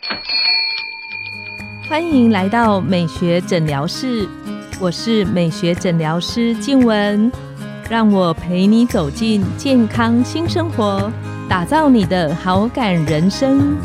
欢迎来到美学诊疗室，我是美学诊疗师静雯，让我陪你走进健康新生活，打造你的好感人生。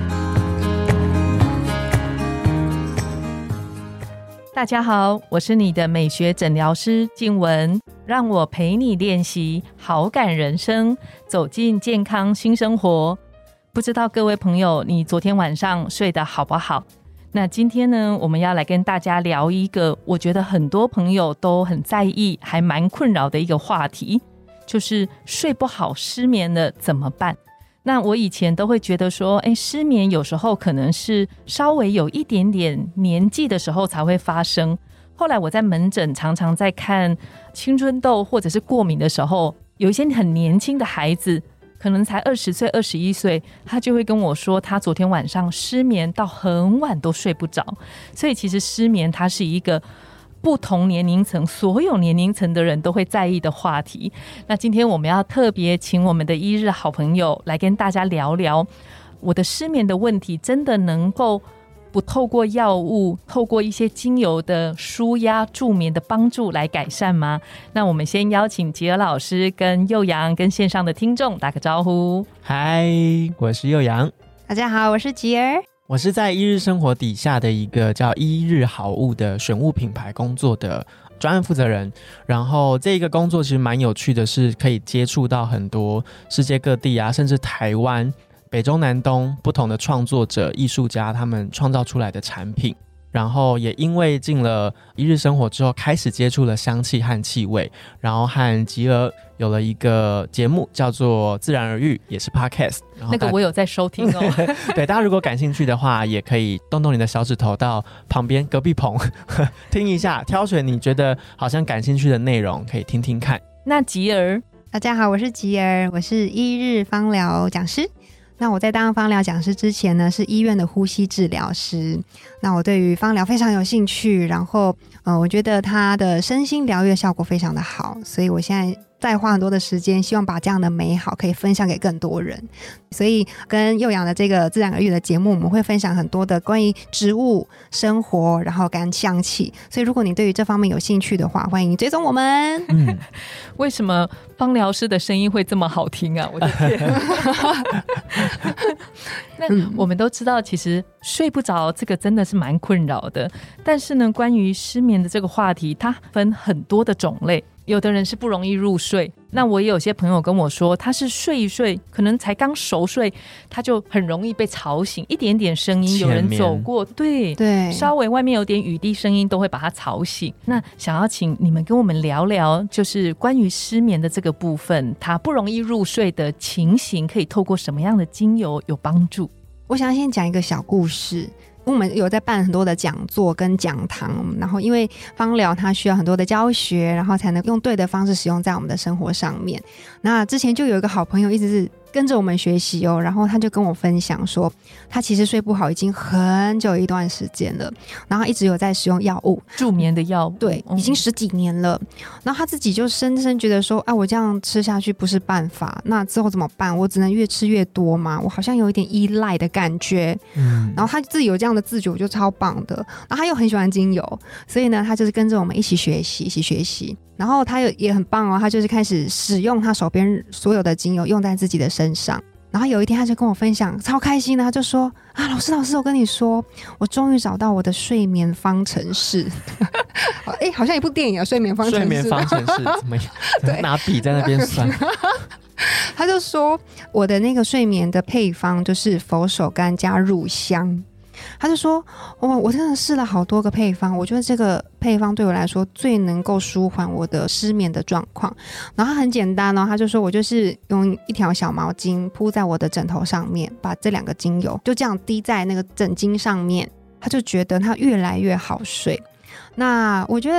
大家好，我是你的美学诊疗师静雯，让我陪你练习好感人生，走进健康新生活。不知道各位朋友，你昨天晚上睡得好不好？那今天呢，我们要来跟大家聊一个我觉得很多朋友都很在意还蛮困扰的一个话题，就是睡不好失眠了怎么办。那我以前都会觉得说失眠有时候可能是稍微有一点点年纪的时候才会发生，后来我在门诊常常在看青春痘或者是过敏的时候，有一些很年轻的孩子可能才20岁21岁，他就会跟我说他昨天晚上失眠到很晚都睡不着。所以其实失眠它是一个不同年龄层所有年龄层的人都会在意的话题。那今天我们要特别请我们的一日好朋友来跟大家聊聊，我的失眠的问题真的能够不透过药物，透过一些精油的舒压助眠的帮助来改善吗？那我们先邀请吉儿老师跟幼阳跟线上的听众打个招呼。 嗨，我是幼阳。 大家好，我是吉儿。 我是在一日生活底下的一个叫一日好物的选物品牌工作的专案负责人，然后这个工作其实蛮有趣的，是可以接触到很多世界各地啊，甚至台湾北中南东不同的创作者艺术家他们创造出来的产品，然后也因为进了一日生活之后开始接触了香气和气味，然后和吉儿有了一个节目叫做自然而愈，也是 podcast， 那个我有在收听哦对，大家如果感兴趣的话也可以动动你的小指头到旁边隔壁棚听一下，挑选你觉得好像感兴趣的内容可以听听看。 那吉儿， 大家好，我是吉儿，我是一日芳疗讲师。那我在当芳疗讲师之前呢，是医院的呼吸治疗师。那我对于芳疗非常有兴趣，然后我觉得它的身心疗愈的效果非常的好，所以我现在再花很多的时间，希望把这样的美好可以分享给更多人。所以跟幼阳的这个自然而愈的节目，我们会分享很多的关于植物生活，然后跟香气。所以如果你对于这方面有兴趣的话，欢迎追踪我们。 为什么芳疗师的声音会这么好听啊？我的天那我们都知道其实睡不着这个真的是蛮困扰的，但是呢，关于失眠的这个话题它分很多的种类，有的人是不容易入睡，那我也有些朋友跟我说他是睡一睡可能才刚熟睡，他就很容易被吵醒，一点点声音有人走过，对，稍微外面有点雨滴声音都会把他吵醒。那想要请你们跟我们聊聊，就是关于失眠的这个部分，他不容易入睡的情形可以透过什么样的精油有帮助？ 我想先讲一个小故事。我们有在办很多的讲座跟讲堂，然后因为芳疗它需要很多的教学，然后才能用对的方式使用在我们的生活上面。那之前就有一个好朋友一直是跟着我们学习哦，然后他就跟我分享说他其实睡不好已经很久一段时间了，然后一直有在使用药物， 助眠的药物， 对，已经10几年了。然后他自己就深深觉得说我这样吃下去不是办法，那之后怎么办？我只能越吃越多嘛，我好像有一点依赖的感觉。然后他自己有这样的自觉，我觉得超棒的。然后他又很喜欢精油，所以呢他就是跟着我们一起学习。然后他也很棒哦，他就是开始使用他手边所有的精油用在自己的身上。然后有一天他就跟我分享，超开心的，他就说老师我跟你说，我终于找到我的睡眠方程式好像一部电影睡眠方程式， 睡眠方程式怎么样？拿笔在那边算他就说我的那个睡眠的配方就是佛手柑加乳香。他就说我真的试了好多个配方，我觉得这个配方对我来说最能够舒缓我的失眠的状况。然后很简单他就说我就是用一条小毛巾铺在我的枕头上面，把这2个精油就这样滴在那个枕巾上面，他就觉得他越来越好睡。那我觉得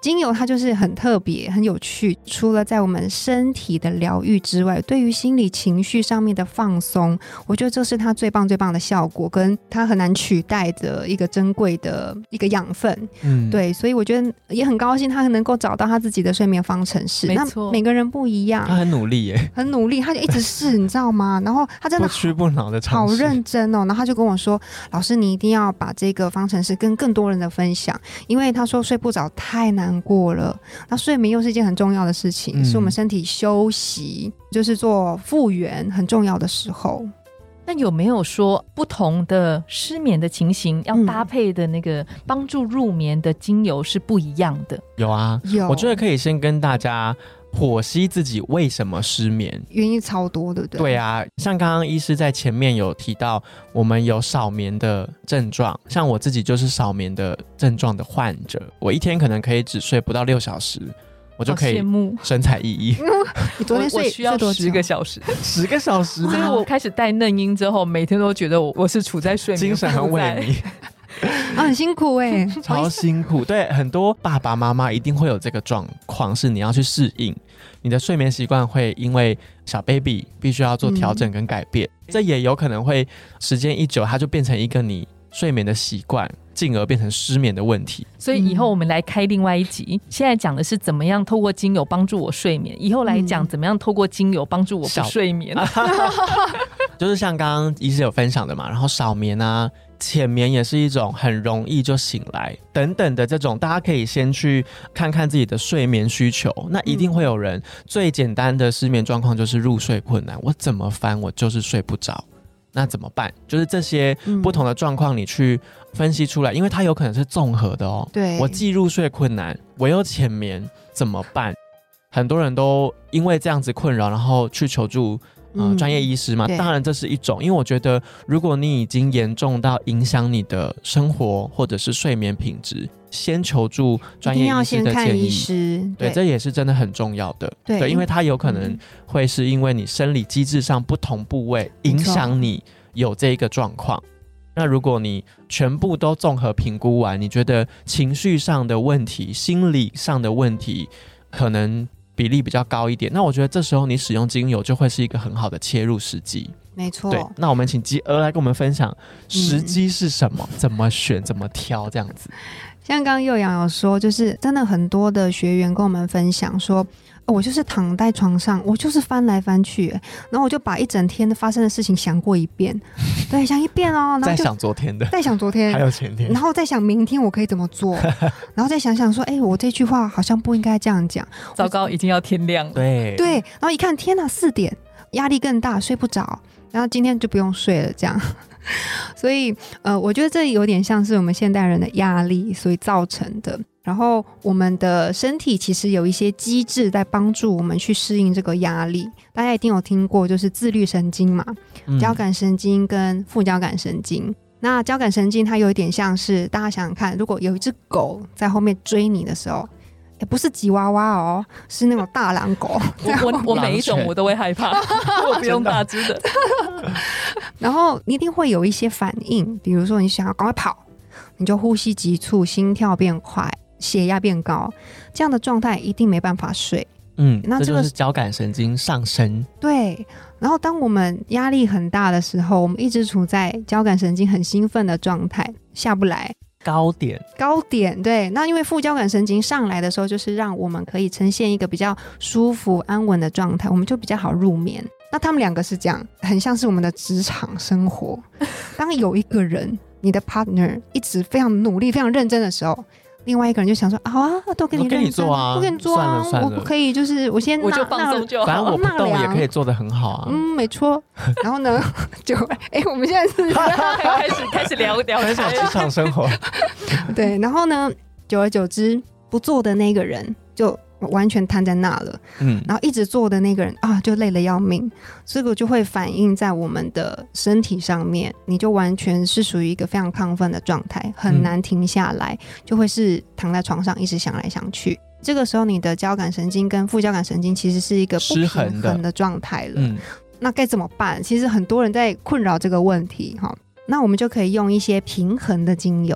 精油它就是很特别很有趣，除了在我们身体的疗愈之外，对于心理情绪上面的放松，我觉得这是它最棒最棒的效果，跟它很难取代的一个珍贵的一个养分。对，所以我觉得也很高兴他能够找到他自己的睡眠方程式。 没错， 那每个人不一样， 他很努力耶， 很努力，他就一直试你知道吗？然后他真的不屈不挠的尝试， 好认真哦。然后他就跟我说，老师你一定要把这个方程式跟更多人的分享，因为他说睡不着太难过了，那睡眠又是一件很重要的事情，是我们身体休息就是做复原很重要的时候。 那有没有说不同的失眠的情形要搭配的那个帮助入眠的精油是不一样的？ 有啊， 有， 我觉得可以先跟大家剖析自己为什么失眠， 原因超多，对不对？ 对啊，像刚刚医师在前面有提到，我们有少眠的症状，像我自己就是少眠的症状的患者，我一天可能可以只睡不到6小时，我就可以神采奕奕。 你昨天我需要10个小时 ，10个小时吗？ 所以我开始戴嫩婴之后，每天都觉得我是处在睡眠， 精神很萎靡。 很辛苦欸， 超辛苦。对，很多爸爸妈妈一定会有这个状况，是你要去适应，你的睡眠习惯会因为小 baby 必须要做调整跟改变，这也有可能会时间一久，它就变成一个你睡眠的习惯，进而变成失眠的问题。 所以以后我们来开另外一集，现在讲的是怎么样透过精油帮助我睡眠，以后来讲怎么样透过精油帮助我不睡眠。 就是像刚刚医师有分享的嘛，然后少眠啊，浅眠也是一种很容易就醒来等等的这种，大家可以先去看看自己的睡眠需求。那一定会有人最简单的失眠状况就是入睡困难，我怎么翻我就是睡不着，那怎么办？就是这些不同的状况你去分析出来，因为它有可能是综合的哦。 对， 我既入睡困难，我又浅眠，怎么办？很多人都因为这样子困扰，然后去求助专业医师嘛，当然这是一种，因为我觉得如果你已经严重到影响你的生活或者是睡眠品质，先求助专业医师的建议，一定要先看医师， 对，这也是真的很重要的。对，因为它有可能会是因为你生理机制上不同部位影响你有这个状况。那如果你全部都综合评估完，你觉得情绪上的问题、心理上的问题可能比例比较高一点，那我觉得这时候你使用精油就会是一个很好的切入时机。 没错。 对，那我们请吉儿来跟我们分享时机是什么，怎么选，怎么挑这样子。 像刚刚佑阳有说，就是真的很多的学员跟我们分享说，我就是躺在床上，我就是翻来翻去，然后我就把一整天发生的事情想过一遍，对，想一遍哦，然后再想昨天的， 再想昨天， 还有前天， 然后再想明天我可以怎么做，然后再想想说，我这句话好像不应该这样讲， 糟糕，已经要天亮了。 对， 然后一看，天哪，4点，压力更大，睡不着，然后今天就不用睡了，这样。所以我觉得这有点像是我们现代人的压力所以造成的，然后我们的身体其实有一些机制在帮助我们去适应这个压力。大家一定有听过就是自律神经嘛，交感神经跟副交感神经。那交感神经它有一点像是，大家想想看，如果有一只狗在后面追你的时候，不是吉娃娃哦，是那种大狼狗。 我每一种我都会害怕，我不用大只的。 然后你一定会有一些反应，比如说你想要赶快跑，你就呼吸急促，心跳变快，血压变高，这样的状态一定没办法睡。 那这就是交感神经上升。对， 然后当我们压力很大的时候，我们一直处在交感神经很兴奋的状态，下不来。 高点， 对。那因为副交感神经上来的时候，就是让我们可以呈现一个比较舒服安稳的状态，我们就比较好入眠。那他们两个是这样，很像是我们的职场生活。当有一个人，你的 partner 一直非常努力非常认真的时候，另外一个人就想说，好啊，都给你认真， 我给你做啊， 我给你做啊， 算了， 我不可以，就是我先我就放松就好， 反正我不动也可以做得很好啊。 没错。然后呢，就我们现在是开始聊分享职场生活。 对，然后呢，久而久之，不做的那个人就完全瘫在那了，然后一直做的那个人就累得要命，这个就会反映在我们的身体上面，你就完全是属于一个非常亢奋的状态，很难停下来，就会是躺在床上一直想来想去。这个时候你的交感神经跟副交感神经其实是一个不平衡的状态了。那该怎么办？其实很多人在困扰这个问题，那我们就可以用一些平衡的精油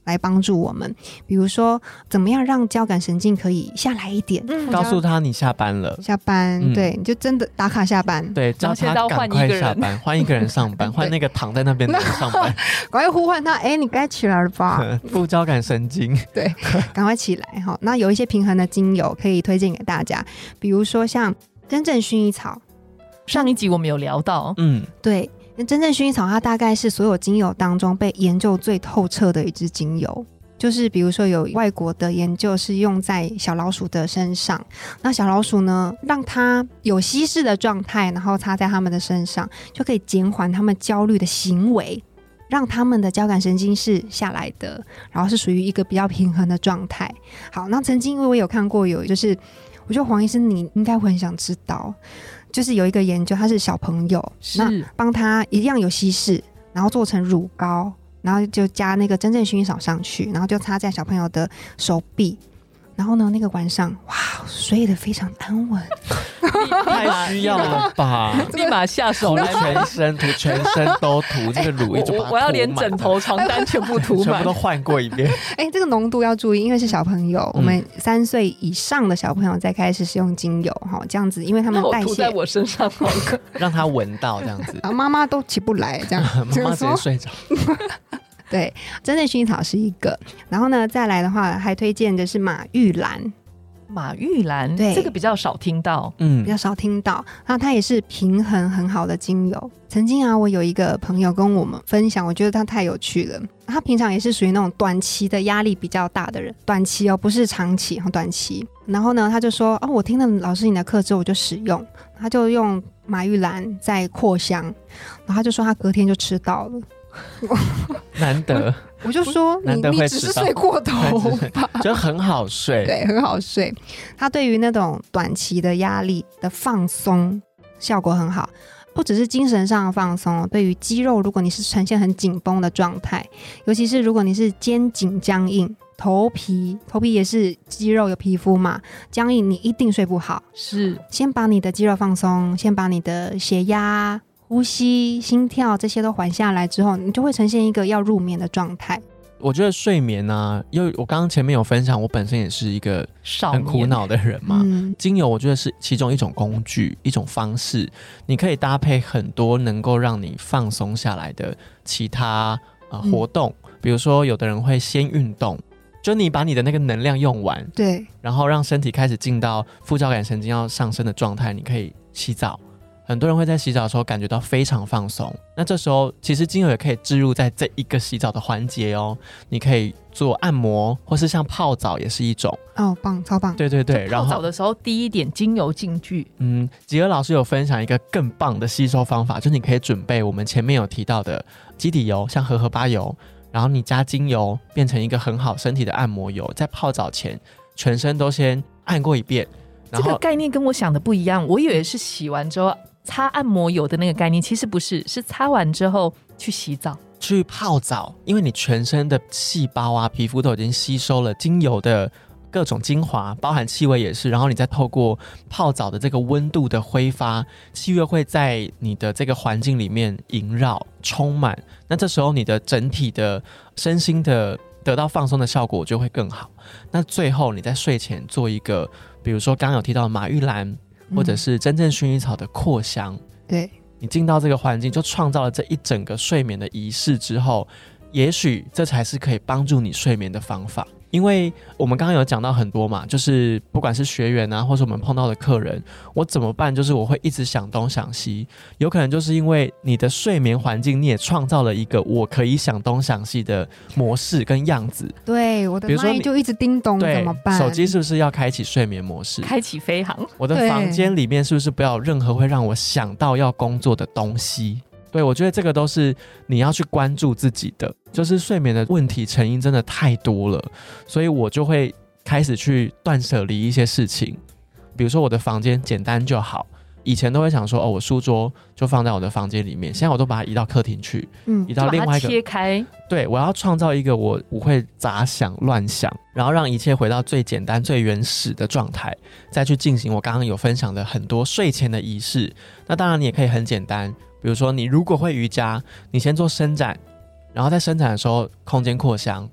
来帮助我们，比如说怎么样让交感神经可以下来一点， 告诉他你下班了， 下班，对，你就真的打卡下班， 对，叫他赶快下班，换一个人上班，换那个躺在那边的人上班， 赶快呼唤他，你该起来了吧？ 副交感神经， 对，赶快起来哈。那有一些平衡的精油可以推荐给大家，比如说像真正薰衣草， 上一集我们有聊到， 对。那真正薰衣草它大概是所有精油当中被研究最透彻的一支精油，就是比如说有外国的研究是用在小老鼠的身上，那小老鼠呢让它有稀释的状态，然后擦在它们的身上，就可以减缓它们焦虑的行为，让他们的交感神经是下来的，然后是属于一个比较平衡的状态。好，那曾经因为我有看过就是我觉得黄医生你应该会很想知道，就是有一个研究，他是小朋友，那帮他一样有稀释，然后做成乳膏，然后就加那个真正薰衣草上去，然后就擦在小朋友的手臂，然后呢那个晚上哇睡得非常安稳， 太需要了吧？ 立马下手涂全身，涂全身都涂这个乳液，就把它涂满， 我要连枕头床单全部涂满， 全部都换过一遍。 这个浓度要注意，因为是小朋友，我们3岁以上的小朋友再开始使用精油这样子，因为他们代谢， 涂在我身上好了， 让他闻到这样子， 然后妈妈都起不来这样， 妈妈直接睡着。 对，真正薰衣草是一个，然后呢再来的话还推荐的是马玉兰。 马玉兰， 对， 这个比较少听到， 比较少听到。那它也是平衡很好的精油。曾经我有一个朋友跟我们分享，我觉得他太有趣了。他平常也是属于那种短期的压力比较大的人，短期不是长期，短期。然后呢，他就说我听了老师你的课之后我就使用，他就用马玉兰在扩香，然后他就说他隔天就吃到了。 难得， 我就说你只是睡过头吧， 就很好睡， 对，很好睡。它对于那种短期的压力的放松效果很好，不只是精神上的放松，对于肌肉，如果你是呈现很紧绷的状态，尤其是如果你是肩颈僵硬，头皮也是肌肉有皮肤嘛，僵硬你一定睡不好。 是， 先把你的肌肉放松，先把你的血压、呼吸、心跳这些都缓下来之后，你就会呈现一个要入眠的状态。 我觉得睡眠啊，因为我刚刚前面有分享，我本身也是一个很苦恼的人嘛。精油我觉得是其中一种工具，一种方式，你可以搭配很多能够让你放松下来的其他活动，比如说有的人会先运动，就你把你的那个能量用完， 对， 然后让身体开始进到副交感神经要上升的状态，你可以洗澡。很多人会在洗澡的时候感觉到非常放松，那这时候其实精油也可以置入在这一个洗澡的环节哦。你可以做按摩，或是像泡澡也是一种棒，超棒。 对对对， 泡澡的时候滴一点精油进去。 吉儿老师有分享一个更棒的吸收方法，就是你可以准备我们前面有提到的基底油，像荷荷巴油，然后你加精油变成一个很好身体的按摩油，在泡澡前全身都先按过一遍。 这个概念跟我想的不一样，我以为是洗完之后擦按摩油的那个概念，其实不是，是擦完之后去洗澡、 去泡澡，因为你全身的细胞啊、皮肤都已经吸收了精油的各种精华，包含气味也是，然后你再透过泡澡的这个温度的挥发，气味会在你的这个环境里面萦绕充满，那这时候你的整体的身心的得到放松的效果就会更好。那最后你在睡前做一个，比如说刚刚有提到马玉兰或者是真正薰衣草的扩香， 对， 你进到这个环境就创造了这一整个睡眠的仪式之后，也许这才是可以帮助你睡眠的方法。因为我们刚刚有讲到很多嘛，就是不管是学员啊，或是我们碰到的客人，我怎么办？就是我会一直想东想西，有可能就是因为你的睡眠环境，你也创造了一个我可以想东想西的模式跟样子。 对，我的麦就一直叮咚，怎么办？ 手机是不是要开启睡眠模式？ 开启飞航。 我的房间里面是不是不要有任何会让我想到要工作的东西？对，我觉得这个都是你要去关注自己的，就是睡眠的问题成因真的太多了，所以我就会开始去断舍离一些事情，比如说我的房间简单就好，以前都会想说我书桌就放在我的房间里面，现在我都把它移到客厅去，移到另外一个， 切开。 对，我要创造一个我不会杂想乱想，然后让一切回到最简单最原始的状态，再去进行我刚刚有分享的很多睡前的仪式。那当然你也可以很简单，比如说你如果会瑜伽，你先做伸展，然后在伸展的时候空间扩香，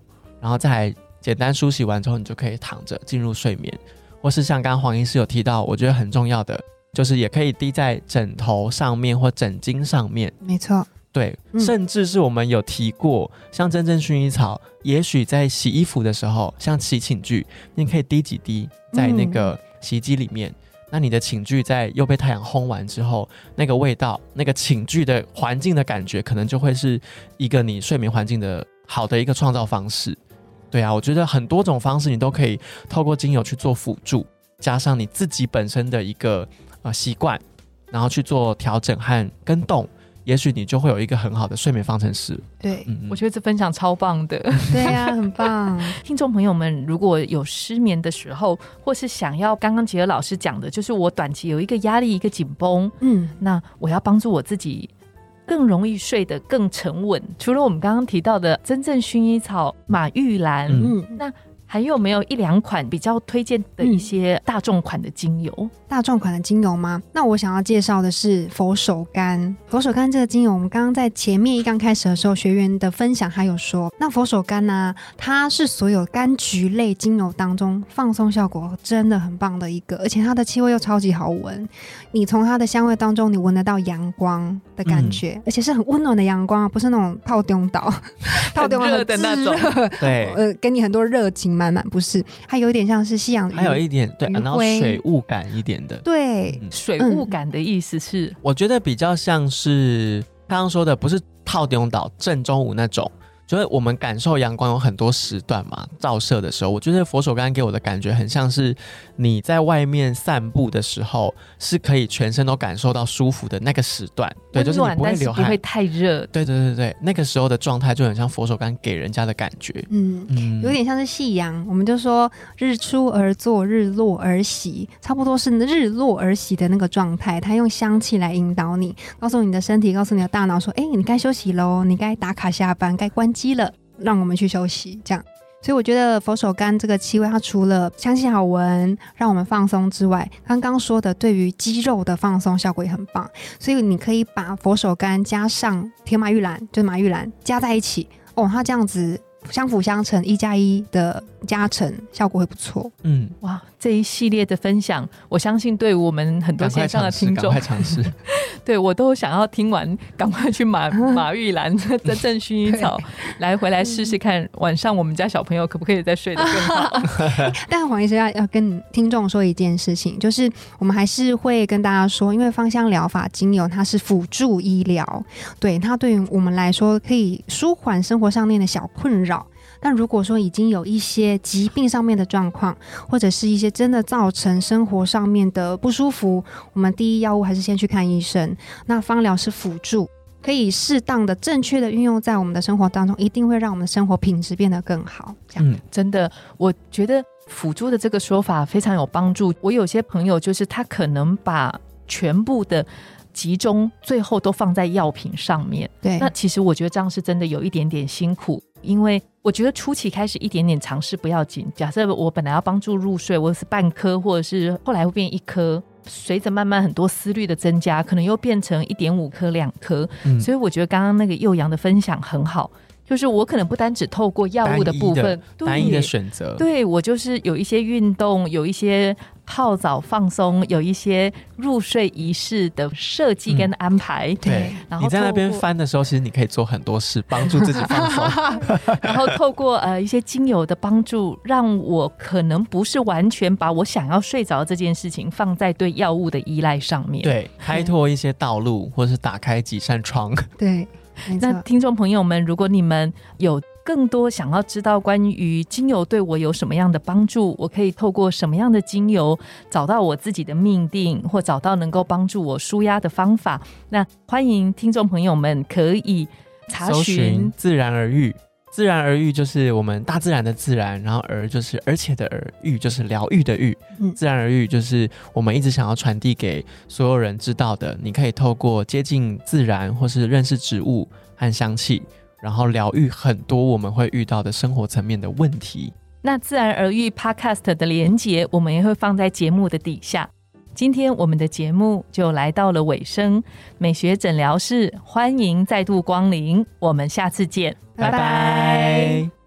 然后再来简单梳洗完之后，你就可以躺着进入睡眠。或是像刚刚黄医师有提到，我觉得很重要的就是也可以滴在枕头上面或枕巾上面。 没错， 对，甚至是我们有提过，像真正薰衣草，也许在洗衣服的时候，像洗寝具，你可以滴几滴在那个洗衣机里面。那你的寝具在又被太阳烘完之后，那个味道，那个寝具的环境的感觉，可能就会是一个你睡眠环境的好的一个创造方式。对啊，我觉得很多种方式你都可以透过精油去做辅助，加上你自己本身的一个习惯，然后去做调整和跟动，也许你就会有一个很好的睡眠方程式。 对， 我觉得这分享超棒的。 对啊，很棒。 听众朋友们，如果有失眠的时候，或是想要刚刚杰儿老师讲的，就是我短期有一个压力，一个紧绷，那我要帮助我自己更容易睡得更沉稳。除了我们刚刚提到的真正薰衣草、马玉兰，那还有没有一两款比较推荐的一些大众款的精油？ 大众款的精油吗？那我想要介绍的是佛手柑。佛手柑这个精油，我们刚刚在前面一刚开始的时候，学员的分享还有说，那佛手柑呢，它是所有柑橘类精油当中放松效果真的很棒的一个，而且它的气味又超级好闻。你从它的香味当中，你闻得到阳光的感觉，而且是很温暖的阳光，不是那种泡中岛很热的那种。 对，给你很多热情满满，不是，它有一点像是夕阳， 还有一点对，然后水雾感一点的。 对， 水雾感的意思是， 我觉得比较像是刚刚说的，不是套中岛正中午那种。就是我们感受阳光有很多时段嘛，照射的时候，我觉得佛手柑给我的感觉很像是你在外面散步的时候，是可以全身都感受到舒服的那个时段。对，就是你不会流汗， 但是不会太热。 对对对对，那个时候的状态就很像佛手柑给人家的感觉。 有点像是夕阳，我们就说日出而作，日落而息，差不多是日落而息的那个状态。它用香气来引导你，告诉你的身体，告诉你的大脑说，你该休息咯，你该打卡下班，该关机了，让我们去休息，这样。所以我觉得佛手柑这个气味，它除了香气好闻让我们放松之外，刚刚说的对于肌肉的放松效果也很棒。所以你可以把佛手柑加上甜马玉兰，就是马玉兰加在一起，它这样子相辅相成，1+1的加成效果会不错。 哇，这一系列的分享，我相信对我们很多线上的听众， 赶快尝试。 对，我都想要听完，赶快去马玉兰真正薰衣草来回来试试看，晚上我们家小朋友可不可以再睡得更好。 但黄医师要跟听众说一件事情，就是我们还是会跟大家说，因为芳香疗法精油它是辅助医疗，对，它对于我们来说可以舒缓生活上面的小困扰。但如果说已经有一些疾病上面的状况，或者是一些真的造成生活上面的不舒服，我们第一药物还是先去看医生。那芳疗是辅助，可以适当的正确的运用在我们的生活当中，一定会让我们的生活品质变得更好。这样， 真的，我觉得辅助的这个说法非常有帮助。我有些朋友就是他可能把全部的集中最后都放在药品上面， 对， 那其实我觉得这样是真的有一点点辛苦。因为我觉得初期开始一点点尝试不要紧，假设我本来要帮助入睡，我是半颗或者是后来会变1颗，随着慢慢很多思虑的增加，可能又变成1.5颗2颗，所以我觉得刚刚那个幼阳的分享很好，就是我可能不单只透过药物的部分单一的选择， 对，我就是有一些运动，有一些泡澡放松，有一些入睡仪式的设计跟安排。 对，然后你在那边翻的时候，其实你可以做很多事帮助自己放松。 然后透过一些精油的帮助，让我可能不是完全把我想要睡着这件事情放在对药物的依赖上面。 对，开拓一些道路，或是打开几扇窗。 对。 那听众朋友们，如果你们有更多想要知道关于精油对我有什么样的帮助，我可以透过什么样的精油找到我自己的命定，或找到能够帮助我舒压的方法，那欢迎听众朋友们可以查询自然而愈。自然而愈就是我们大自然的自然，然后而就是而且的而，愈就是疗愈的愈。自然而愈就是我们一直想要传递给所有人知道的，你可以透过接近自然或是认识植物和香气，然后疗愈很多我们会遇到的生活层面的问题。 那自然而愈 Podcast 的连结我们也会放在节目的底下。今天我们的节目就来到了尾声，美学诊疗室欢迎再度光临，我们下次见，拜拜。